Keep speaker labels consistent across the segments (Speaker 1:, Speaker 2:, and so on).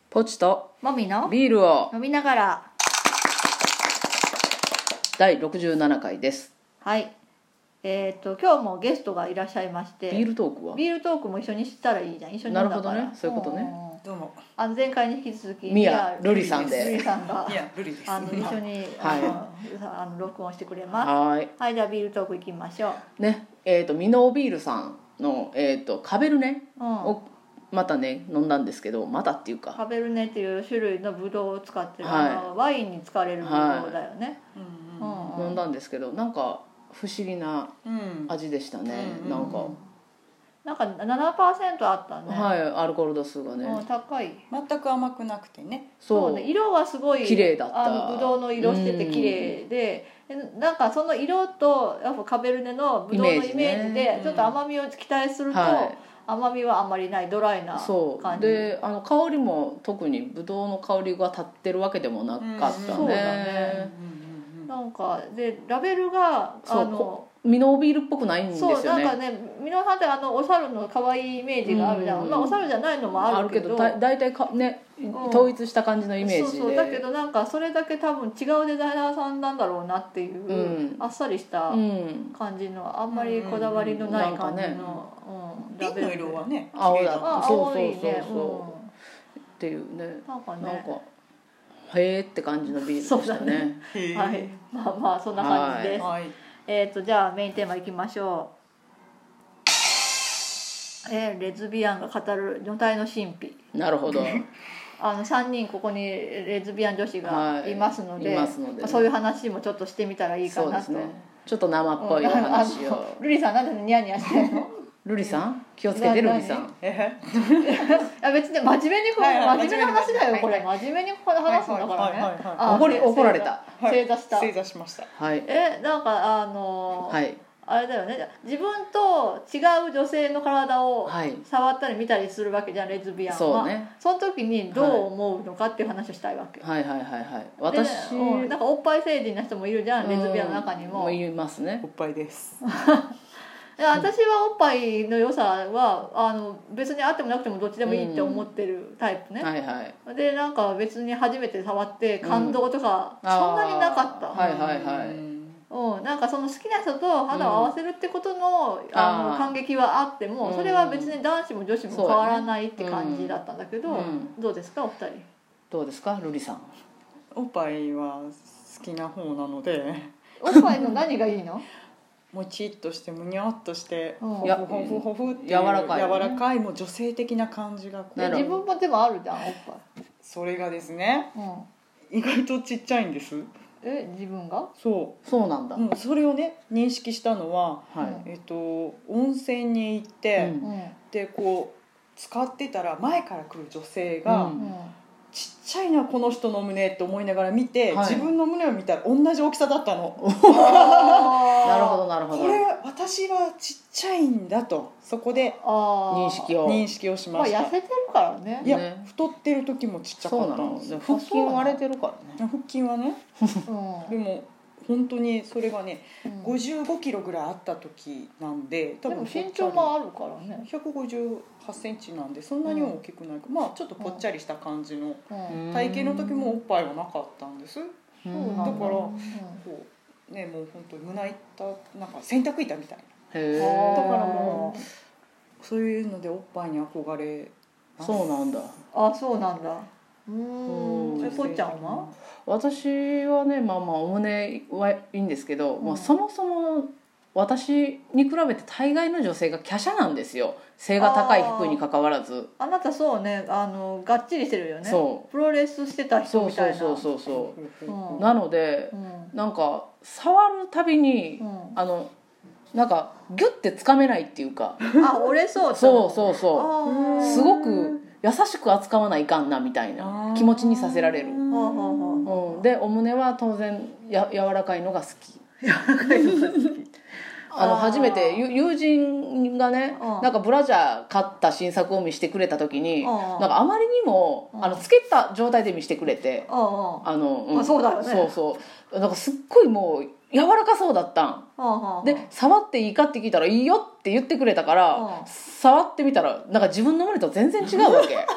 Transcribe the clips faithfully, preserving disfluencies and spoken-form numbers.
Speaker 1: ポチと
Speaker 2: もみの
Speaker 1: ビールを
Speaker 2: 飲みながら。
Speaker 1: だいろくじゅうななかいです。
Speaker 2: はい。えっ、と今日もゲストがいらっしゃいまして、
Speaker 1: ビールトークは
Speaker 2: ビールトークも一緒にしたらいいじゃん。一緒に飲んだから。
Speaker 1: なるほどね、そういうことね。
Speaker 2: ん
Speaker 3: どうも。
Speaker 2: あの前回に引き続き
Speaker 1: ミヤルリさんで
Speaker 2: ルリさんが
Speaker 3: いやルリです
Speaker 2: あの一緒に、
Speaker 1: はい
Speaker 2: あのあの録音してくれます。
Speaker 1: はい
Speaker 2: はい、じゃあビールトーク行きましょう。
Speaker 1: ねえっ、とミノービールさんの、えー、とカベルネ
Speaker 2: うん。
Speaker 1: をまたね飲んだんですけど、またっていうか
Speaker 2: カベルネっていう種類のブドウを使ってる、
Speaker 1: はい
Speaker 2: あのワインに使われるブドウだよね。
Speaker 3: うんうん
Speaker 2: うんうん
Speaker 1: 飲んだんですけど、なんか不思議な
Speaker 3: うん
Speaker 1: 味でしたね、
Speaker 3: うん
Speaker 1: なんか、
Speaker 2: なんか ななパーセント あったね。
Speaker 1: はい、アルコール度数がね、
Speaker 2: うん、高い。
Speaker 3: 全く甘くなくてね。
Speaker 1: そう
Speaker 2: ね、色はすごい
Speaker 1: 綺麗だった
Speaker 2: あのブドウの色してて綺麗で、でなんかその色とやっぱカベルネのブドウのイメージ
Speaker 1: イメージ
Speaker 2: で
Speaker 1: ね
Speaker 2: ちょっと甘みを期待すると、
Speaker 1: はい
Speaker 2: 甘みはあんまりないドライな
Speaker 1: そう
Speaker 2: 感じ
Speaker 1: で、あの香りも特にブドウの香りが立ってるわけでもなかったね、
Speaker 2: うんそうだね
Speaker 3: うんうんうん
Speaker 2: なんかでラベルが
Speaker 1: そう
Speaker 2: あの
Speaker 1: ミノービールっぽくないんですよね。
Speaker 2: そうなんかねミノさんってあのお猿の可愛いイメージがあるじゃん、
Speaker 1: うん
Speaker 2: まあ、お猿じゃないのもあるけど
Speaker 1: だ大体かね、
Speaker 2: ん
Speaker 1: 統一した感じのイメージで、
Speaker 2: そうそうだけどなんかそれだけ多分違うデザイナーさんなんだろうなっていう、
Speaker 1: うん
Speaker 2: あっさりした
Speaker 1: うん、
Speaker 2: 感じのあんまりこだわりのない感じの、
Speaker 1: うん
Speaker 2: うん
Speaker 3: 瓶の色はね
Speaker 1: 青だ
Speaker 3: 綺麗だ
Speaker 2: あ
Speaker 3: った
Speaker 1: そう
Speaker 2: 青いね
Speaker 1: そうそうそうっていうね、
Speaker 2: うん、なんかね
Speaker 1: なんかへーって感じのビールでした
Speaker 2: そうだ
Speaker 1: ね。
Speaker 3: へー
Speaker 2: はいまあまあそんな感じです、
Speaker 3: はい
Speaker 2: えっ、とじゃあメインテーマいきましょう、えーレズビアンが語る女体の神秘。
Speaker 1: なるほど。
Speaker 2: あのさんにんここにレズビアン女子がいますので、
Speaker 1: はいいますのでね
Speaker 2: まあそういう話もちょっとしてみたらいいかなと、
Speaker 1: そうですね。ちょっと生っぽいお話
Speaker 2: うんあ
Speaker 1: を。
Speaker 2: のルリさんなんでニヤニヤしてるの
Speaker 1: ルリさん気をつけて、
Speaker 2: な
Speaker 1: ルリさん。
Speaker 3: え
Speaker 2: いや別に真面目にこう、
Speaker 3: はいはい
Speaker 2: 真面目な話だよ、
Speaker 3: はい
Speaker 2: これ真面目にこれ話すんだからね、
Speaker 3: はいはいはいはい
Speaker 2: あ
Speaker 1: 怒り
Speaker 2: せ
Speaker 1: 怒られた
Speaker 2: 正座した、
Speaker 3: 正座しました。
Speaker 1: はい
Speaker 2: えなんかあの、
Speaker 1: はい
Speaker 2: あれだよね、自分と違う女性の体を
Speaker 1: はい。
Speaker 2: 触ったり見たりするわけじゃんレズビアンは。
Speaker 1: そうね。
Speaker 2: その時にどう思うのかっていう話をしたいわけ、
Speaker 1: はいはいはいはい。
Speaker 2: で
Speaker 1: 私、
Speaker 2: うんなんかおっぱい成人な人もいるじゃん、レズビアンの中にも。
Speaker 1: うんいますね。
Speaker 3: おっぱいです。
Speaker 2: で私はおっぱいの良さはあの別にあってもなくてもどっちでもいいって思ってるタイプね、
Speaker 1: はいはい。
Speaker 2: でなんか別に初めて触って感動とか
Speaker 1: うん
Speaker 2: そんなになかった、
Speaker 1: あーはいはいはい
Speaker 3: うん
Speaker 2: うん、なんかその好きな人と肌を合わせるってことの,、あの
Speaker 1: あー
Speaker 2: 感激はあっても、
Speaker 1: うん
Speaker 2: それは別に男子も女子も変わらないって感じだったんだけど、
Speaker 1: そうやねうん
Speaker 2: どうですかお二人。
Speaker 1: どうですか、ルリさん。
Speaker 3: おっぱいは好きな方なので、
Speaker 2: おっぱいの何がいいの？
Speaker 3: もちっとしてむにゃっとして、
Speaker 2: うん
Speaker 3: ほふほふほふっていう
Speaker 1: 柔らかい
Speaker 3: 柔らかいもう女性的な感じがこう
Speaker 2: で
Speaker 1: なるほど
Speaker 2: 自分もでもあるじゃんおっぱい、
Speaker 3: それがですね
Speaker 2: うん、
Speaker 3: 意外とちっちゃいんです。
Speaker 2: え自分が？
Speaker 3: そ
Speaker 1: そうなんだ。
Speaker 3: う、もうそれをね認識したのは、
Speaker 1: はい。
Speaker 3: えっと温泉に行って、
Speaker 1: うん
Speaker 2: うん
Speaker 3: でこう使ってたら前から来る女性が、
Speaker 1: うん
Speaker 2: うん
Speaker 3: ちっちゃいなこの人の胸って思いながら見て、
Speaker 1: はい
Speaker 3: 自分の胸を見たら同じ大きさだったの。
Speaker 1: なるほどなるほど。
Speaker 3: これ私はちっちゃいんだとそこで
Speaker 2: あー
Speaker 1: 認識を。
Speaker 3: 認識をし
Speaker 2: まあ
Speaker 3: ました。
Speaker 2: 痩せてるからね
Speaker 3: いや、
Speaker 1: ね
Speaker 3: 太ってる時もちっちゃか
Speaker 1: そうな
Speaker 3: ったんです。
Speaker 1: の。腹筋割れてるからね。
Speaker 3: 腹筋はね、
Speaker 2: うん
Speaker 3: でも本当にそれがね、
Speaker 2: うん
Speaker 3: ごじゅうごキロぐらいあった時なんで、多分
Speaker 2: でも身長もあるからね、
Speaker 3: ひゃくごじゅうはちセンチなんでそんなには大きくないか、まあちょっとぽっちゃりした感じの
Speaker 2: うん、
Speaker 3: 体型の時もおっぱいはなかったんです。
Speaker 2: そう
Speaker 1: うん
Speaker 2: なんだ
Speaker 3: だから
Speaker 2: うん
Speaker 3: こうねもう本当に胸板なんか洗濯板みたいな。
Speaker 1: へ
Speaker 2: あ
Speaker 1: え。
Speaker 3: だからもそういうのでおっぱいに憧れます。
Speaker 1: そうなんだ。
Speaker 2: あそうなんだうーん
Speaker 1: うん
Speaker 2: えぽっちゃんは？
Speaker 1: 私はね、まあまあお胸はいいんですけど、
Speaker 2: うん
Speaker 1: もうそもそも私に比べて大概の女性が華奢なんですよ。背が高い服に関わらず。
Speaker 2: あなたそうねあのがっちりしてるよね。
Speaker 1: そう
Speaker 2: プロレスしてた人
Speaker 1: そう
Speaker 2: みたいな。
Speaker 1: そうそうそうそ
Speaker 2: うん
Speaker 1: う。なので
Speaker 2: うん
Speaker 1: なんか触るたびに、
Speaker 2: うん
Speaker 1: あのなんかギュッてつかめないっていうか、
Speaker 2: あ折れそう
Speaker 1: そうそうそ
Speaker 2: あ
Speaker 1: う。
Speaker 2: ー
Speaker 1: すごく優しく扱わないかんなみたいな気持ちにさせられる。
Speaker 2: はあはあは
Speaker 1: うん、でお胸は当然や柔らかいのが好き。あの
Speaker 2: あー
Speaker 1: 初めてゆ友人がね、
Speaker 2: うん
Speaker 1: なんかブラジャー買った新作を見せてくれた時に、
Speaker 2: うん
Speaker 1: なんかあまりにも、
Speaker 2: うん
Speaker 1: あのつけた状態で見せてくれて、
Speaker 2: あああ
Speaker 1: あの、
Speaker 2: まあそうだよね
Speaker 1: そうそうなんかすっごいもう柔らかそうだったん
Speaker 2: はあはあ
Speaker 1: で触っていいかって聞いたらいいよって言ってくれたから、
Speaker 2: うん
Speaker 1: 触ってみたらなんか自分の胸と全然違うわけ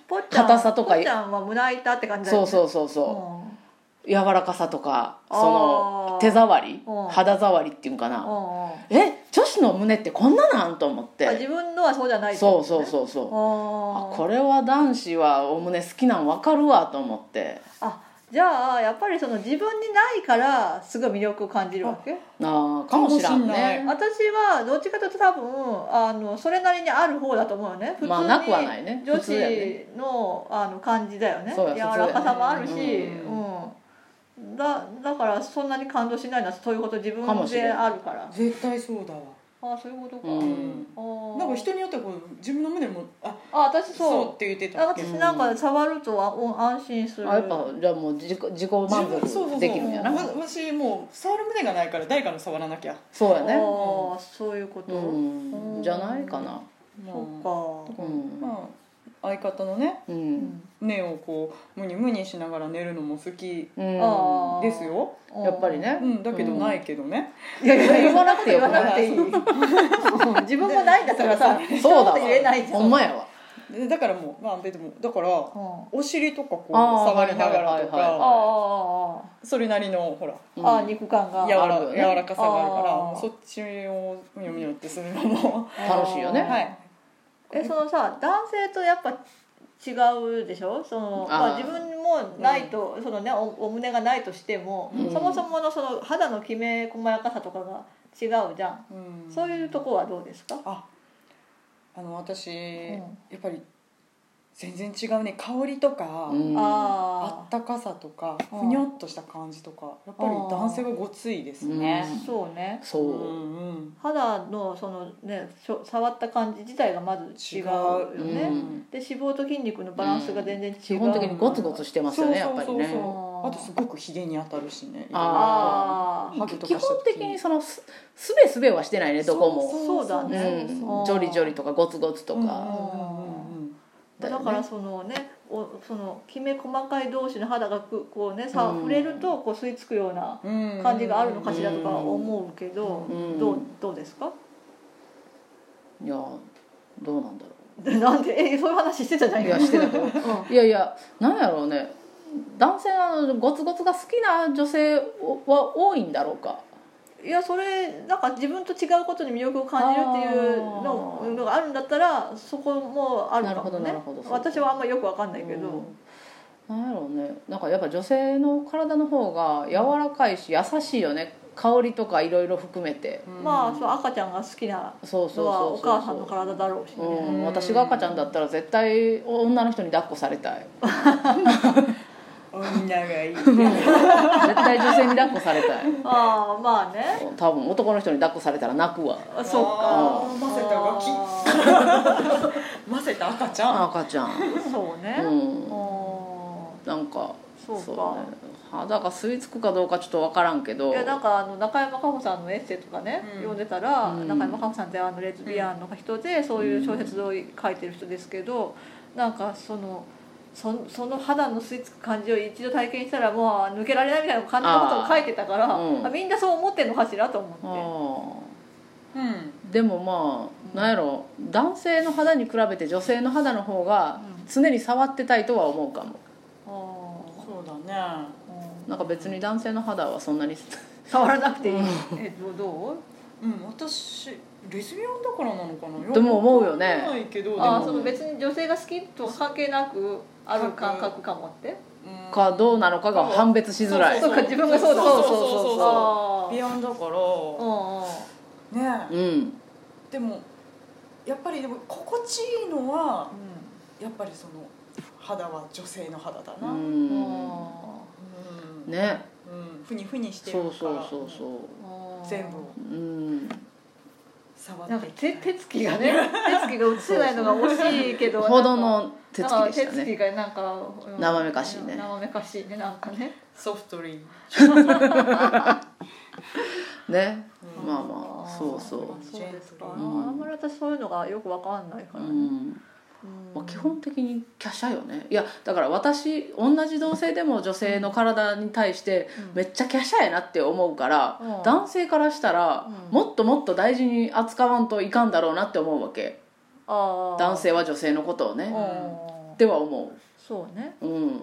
Speaker 2: ぽっちゃん
Speaker 1: 硬さとか
Speaker 2: ぽっちゃんは胸板って感じだ
Speaker 1: そう
Speaker 2: よね。
Speaker 1: そうそうそう、
Speaker 2: うん
Speaker 1: 柔らかさとかそ
Speaker 2: あ
Speaker 1: の
Speaker 2: ー
Speaker 1: 手触り
Speaker 2: うん
Speaker 1: 肌触りっていうかな、
Speaker 2: うんうん
Speaker 1: え女子の胸ってこんななんと思っ
Speaker 2: あ
Speaker 1: て、
Speaker 2: 自分のはそうじゃないって
Speaker 1: そう
Speaker 2: ことね。
Speaker 1: そうそうそうあ
Speaker 2: あ
Speaker 1: これは男子はお胸好きなん分かるわと思って。
Speaker 2: あじゃあやっぱりその自分にないからすごい魅力を感じるわけ。
Speaker 1: ああかもしらん
Speaker 3: かもしんない
Speaker 1: ね。
Speaker 2: 私はどっちかというと多分あのそれなりにある方だと思うよね。普通に
Speaker 1: まあなくはないね
Speaker 2: 女
Speaker 1: 普通やね
Speaker 2: 子のあの感じだよね。
Speaker 1: そうや
Speaker 2: 柔らかさもあるし、
Speaker 1: 普通
Speaker 3: やね
Speaker 2: うん、だだからそんなに感動しないのはそういうこと自分
Speaker 1: かもしれん
Speaker 2: であるから。
Speaker 3: 絶対そうだわ。
Speaker 2: ああそういうことか。
Speaker 1: うん
Speaker 2: あー
Speaker 3: なんか人によってはこう自分の胸もあ
Speaker 2: あ私
Speaker 3: そう
Speaker 2: そう。
Speaker 3: って言ってたけ
Speaker 2: 私
Speaker 3: ど、
Speaker 2: なんか触るとあお安心する。
Speaker 1: あやっぱじゃあもう自己自己満
Speaker 3: 自分そうそうそう
Speaker 1: 足できるんやな。
Speaker 3: わ私もう触る胸がないから誰かの触らなきゃ。
Speaker 1: そうやね。
Speaker 2: ああそういうこと。
Speaker 1: うんじゃないかな。
Speaker 2: そっか。
Speaker 1: うん
Speaker 3: まあ相方のね
Speaker 1: うん
Speaker 3: 根をこうムニムニしながら寝るのも好き
Speaker 1: うん
Speaker 2: あー
Speaker 3: ですよ。
Speaker 1: やっぱりね。
Speaker 3: うんだけどないけどね。
Speaker 2: いやいや
Speaker 1: 言わなくてよくない
Speaker 2: 言わなくていい自分もないんだからさ
Speaker 1: そうだわ
Speaker 2: 一言言えないじゃん。
Speaker 1: ほんまやわ。
Speaker 3: でだからもうまあ別にだから
Speaker 2: うん
Speaker 3: お尻とかこう
Speaker 1: あー
Speaker 3: 触りながらと
Speaker 1: はいはいはい
Speaker 2: あ
Speaker 3: か
Speaker 2: あ
Speaker 3: それなりのほら
Speaker 1: うん
Speaker 2: ああ肉感が
Speaker 3: 柔ら
Speaker 1: あるよね
Speaker 3: 柔らかさがあるから
Speaker 2: あー
Speaker 3: もうそっちをむにょむにょってするのも
Speaker 1: 楽しいよね
Speaker 3: はい
Speaker 2: えそのさ男性とやっぱ違うでしょその
Speaker 1: あー
Speaker 2: まあ、自分もないと、そのね、お, お胸がないとしても、
Speaker 1: うん
Speaker 2: そもそものその肌のきめ細やかさとかが違うじゃん、
Speaker 3: うん
Speaker 2: そういうとこはどうですか？
Speaker 3: ああの私、
Speaker 2: ん
Speaker 3: やっぱり全然違うね香りとか、
Speaker 1: うん
Speaker 3: あ
Speaker 2: あ
Speaker 3: ったかさとか
Speaker 2: うん
Speaker 3: ふにょっとした感じとかやっぱり男性がごついですね
Speaker 2: あ、そうね
Speaker 1: そうう、
Speaker 3: んうん
Speaker 2: 肌のそのねしょ触った感じ自体がまず違うよね、
Speaker 1: うん
Speaker 2: で脂肪と筋肉のバランスが全然違う、
Speaker 1: 基本的にゴツゴツしてますよねやっぱりね。
Speaker 3: そうあとすごくひげに当たるしね
Speaker 2: あー
Speaker 3: ハグと
Speaker 1: 基
Speaker 3: かした時
Speaker 1: 本的にそのすすべすべはしてないねどこも。
Speaker 2: そうだね
Speaker 1: うん、ジョリジョリとかゴツゴツとか、
Speaker 3: うんうんうんうん
Speaker 1: だよね
Speaker 2: だからそのねおそのきめ細かい同士の肌がくこうねさ、
Speaker 1: うん
Speaker 2: 触れるとこう吸い付くような
Speaker 3: うん
Speaker 2: 感じがあるのかしらとか思うけど、
Speaker 1: うん
Speaker 2: どうどうですか？
Speaker 1: いやどうなんだろ
Speaker 2: でなんでえそういう話してたじゃん
Speaker 1: ういやしてたけど
Speaker 2: うん
Speaker 1: いやいやなんやろうね男性のゴツゴツが好きな女性は多いんだろうか。
Speaker 2: いやそれなんか自分と違うことに魅力を感じるっていうの
Speaker 1: あー
Speaker 2: のがあるんだったらそこもあるかもね
Speaker 1: なるほどなるほど
Speaker 2: 私はあんまりよくわかんないけど、
Speaker 1: うんなんやろうねなんかやっぱ女性の体の方が柔らかいし優しいよね香りとかいろいろ含めて。
Speaker 2: まあそう赤ちゃんが好きな
Speaker 1: そうそう
Speaker 2: のは
Speaker 1: そうそう
Speaker 2: お母さんの体だろうしね、
Speaker 1: うん、私が赤ちゃんだったら絶対女の人に抱っこされたい
Speaker 3: 女がいい
Speaker 1: 絶対女性に抱っこされたい
Speaker 2: ああまあね
Speaker 1: 多分男の人に抱っこされたら泣くわ。
Speaker 2: あそうか
Speaker 3: あー混ぜたガキ
Speaker 2: あ
Speaker 3: 混ぜた赤ちゃん
Speaker 1: 赤ちゃん
Speaker 2: ーそうね、
Speaker 1: うん
Speaker 2: あ
Speaker 1: なんか
Speaker 2: そうか
Speaker 1: ね、肌が吸い付くかどうかちょっと分からんけど
Speaker 2: ーいやなんかあの中山佳穂さんのエッセイとかね、
Speaker 3: うん
Speaker 2: 読んでたら、
Speaker 1: うん
Speaker 2: 中山佳穂さんってあのレズビアンの人で、そういう小説を書いてる人ですけどなんかそのそその肌の吸い付く感じを一度体験したらもう抜けられないみたいな感じのことを書いてたから
Speaker 1: あーうん
Speaker 2: あみんなそう思ってんのかしらと思って。
Speaker 1: あ
Speaker 3: うん
Speaker 1: ーでもまあなんやろ男性の肌に比べて女性の肌の方が常に触ってたいとは思うかも。
Speaker 2: あ
Speaker 3: そうだね
Speaker 2: ー
Speaker 1: なんか別に男性の肌はそんなに
Speaker 2: 触らなくていい、えどうどう
Speaker 3: うん私レズビアンだからなのかな
Speaker 1: でも思うよね
Speaker 3: わかんないけどでも
Speaker 2: あーその別に女性が好きと関係なくある感覚かもって
Speaker 3: うん
Speaker 1: かどうなのかが判別しづらい。
Speaker 2: そうか自分がそうだ
Speaker 3: そうそうそうそう
Speaker 2: あー
Speaker 3: ビアンだから
Speaker 2: うんうん
Speaker 3: ね
Speaker 1: うん
Speaker 3: でもやっぱりでも心地いいのはやっぱりその肌は女性の肌だな、
Speaker 1: う
Speaker 3: うん
Speaker 1: ん
Speaker 3: うん
Speaker 1: ね
Speaker 3: うん、ふにふにしてる
Speaker 1: そう
Speaker 3: から
Speaker 1: そうそうそう
Speaker 3: 全部を
Speaker 1: うん
Speaker 3: 触
Speaker 2: なんか手
Speaker 3: っていきたい
Speaker 2: 手つきがね手つきが映せないのが惜しいけど
Speaker 1: ほどの手つきで
Speaker 2: なんか
Speaker 1: したね。
Speaker 2: 手つきがなんかうん
Speaker 1: 生めかしいね
Speaker 2: 生めかしいねなんかね
Speaker 3: ソフトリ
Speaker 1: ね
Speaker 3: うん
Speaker 1: まあまあそうそう
Speaker 2: そうですか、
Speaker 1: うん
Speaker 2: あんまり私そういうのがよくわかんないからね、
Speaker 1: うん
Speaker 2: うん
Speaker 1: まあ、基本的に華奢よね。いやだから私同じ同性でも女性の体に対してめっちゃ華奢やなって思うから、
Speaker 2: うん
Speaker 1: 男性からしたら
Speaker 2: うん
Speaker 1: もっともっと大事に扱わんといかんだろうなって思うわけ。
Speaker 2: あー
Speaker 1: 男性は女性のことをね。
Speaker 2: うん
Speaker 1: っては思
Speaker 2: そうね、
Speaker 1: う。うん
Speaker 2: うん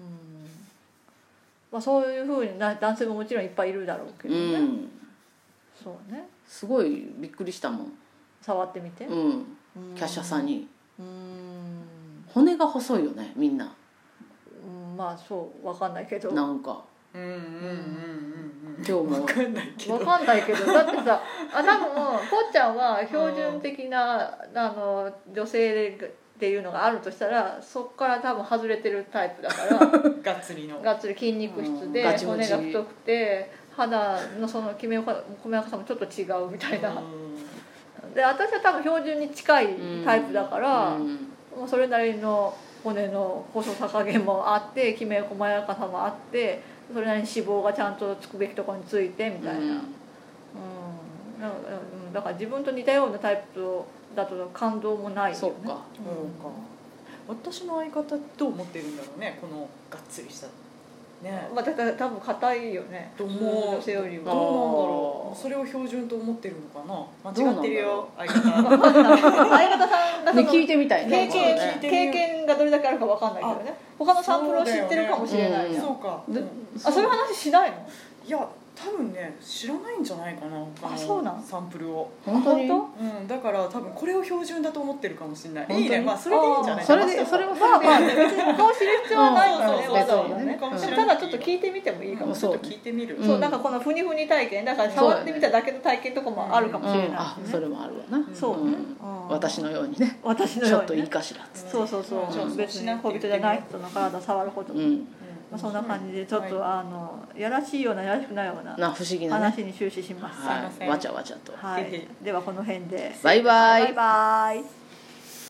Speaker 2: まあ、そういうふうにな男性ももちろんいっぱいいるだろうけ
Speaker 1: う
Speaker 2: どね、
Speaker 1: ん、
Speaker 2: そうね、
Speaker 1: すごいびっくりしたもん。
Speaker 2: 触ってみて、
Speaker 1: うん、
Speaker 2: うん
Speaker 1: 華奢さに。
Speaker 2: うん
Speaker 1: 骨が細いよねみんな。
Speaker 2: うんまあそう分かんないけど
Speaker 1: なんか
Speaker 3: うんうんうんうんうん
Speaker 1: 今日も
Speaker 3: 分かんないけど
Speaker 2: 分かんないけどだってさあ多分ぽっちゃんは標準的なあの女性っていうのがあるとしたらそこから多分外れてるタイプだから
Speaker 3: がっつりの
Speaker 2: がっつり筋肉質で
Speaker 1: うんガチムチ
Speaker 2: 骨が太くて肌のそのきめ細やかさもちょっと違うみたいなで私は多分標準に近いタイプだから、
Speaker 1: うん
Speaker 2: もうそれなりの骨の細さ加減もあってきめ細やかさもあってそれなりに脂肪がちゃんとつくべきところについてみたいな、うん
Speaker 1: うん
Speaker 2: なんかうんだから自分と似たようなタイプだと感動もないよね。
Speaker 1: そうか。
Speaker 3: そうか私の相方どう思ってるんだろうねこのがっつりしたね
Speaker 2: まあ、だから多分硬いよね
Speaker 3: どう
Speaker 2: 普通の
Speaker 3: も
Speaker 2: 女性より
Speaker 3: どうなんだ
Speaker 2: は。
Speaker 3: ろうそれを標準と思ってるのかな間違ってるよ相方
Speaker 2: 相方さんがそ
Speaker 1: ね
Speaker 2: の
Speaker 1: 聞いてみたい
Speaker 2: 経
Speaker 1: ね。
Speaker 2: 験
Speaker 3: 聞いてみ
Speaker 2: 経験がどれだけあるか分かんないけどね他のサンプルを知ってるかもしれないじゃん、
Speaker 3: そうか
Speaker 1: で
Speaker 2: あそういう話しないの？
Speaker 3: いや多分ね知らないんじゃないかな他
Speaker 2: あそうなん
Speaker 3: のサンプルを
Speaker 1: 本当に。
Speaker 2: 本
Speaker 3: うんだから多分これを標準だと思ってるかもしれない
Speaker 1: 本当に
Speaker 3: いいねまあそれでいいんじゃない
Speaker 1: それでそれ
Speaker 3: は
Speaker 1: は
Speaker 2: まあまあね別に他を知る必要はないからね、
Speaker 3: そうそう
Speaker 2: わざわざ
Speaker 1: 別にね
Speaker 2: ね、
Speaker 3: うん
Speaker 2: ただちょっと聞いてみてもいいかもしれない、
Speaker 3: ちょっと聞いてみる
Speaker 1: うん
Speaker 2: そうなんかこのふにふに体験だから触ってみただけの体験とかもあるかもしれないしね、
Speaker 1: うん、あそれもあるわな。
Speaker 2: そうね、
Speaker 1: うん
Speaker 2: うん
Speaker 1: 私のようにね。
Speaker 2: 私のように、ね、
Speaker 1: ちょっといいかしらっつって。
Speaker 2: そうそうそう、
Speaker 3: うん
Speaker 2: 別に小人じゃない人の体触ることも、
Speaker 1: うん。
Speaker 2: まあ、そんな感じでちょっと、あのやらしいようなやらしくないような
Speaker 1: な不思議なね。
Speaker 2: 話に終始しました、
Speaker 1: はい。わちゃわちゃと。
Speaker 2: はい、ではこの辺で
Speaker 1: バイバイ
Speaker 2: バイバイ。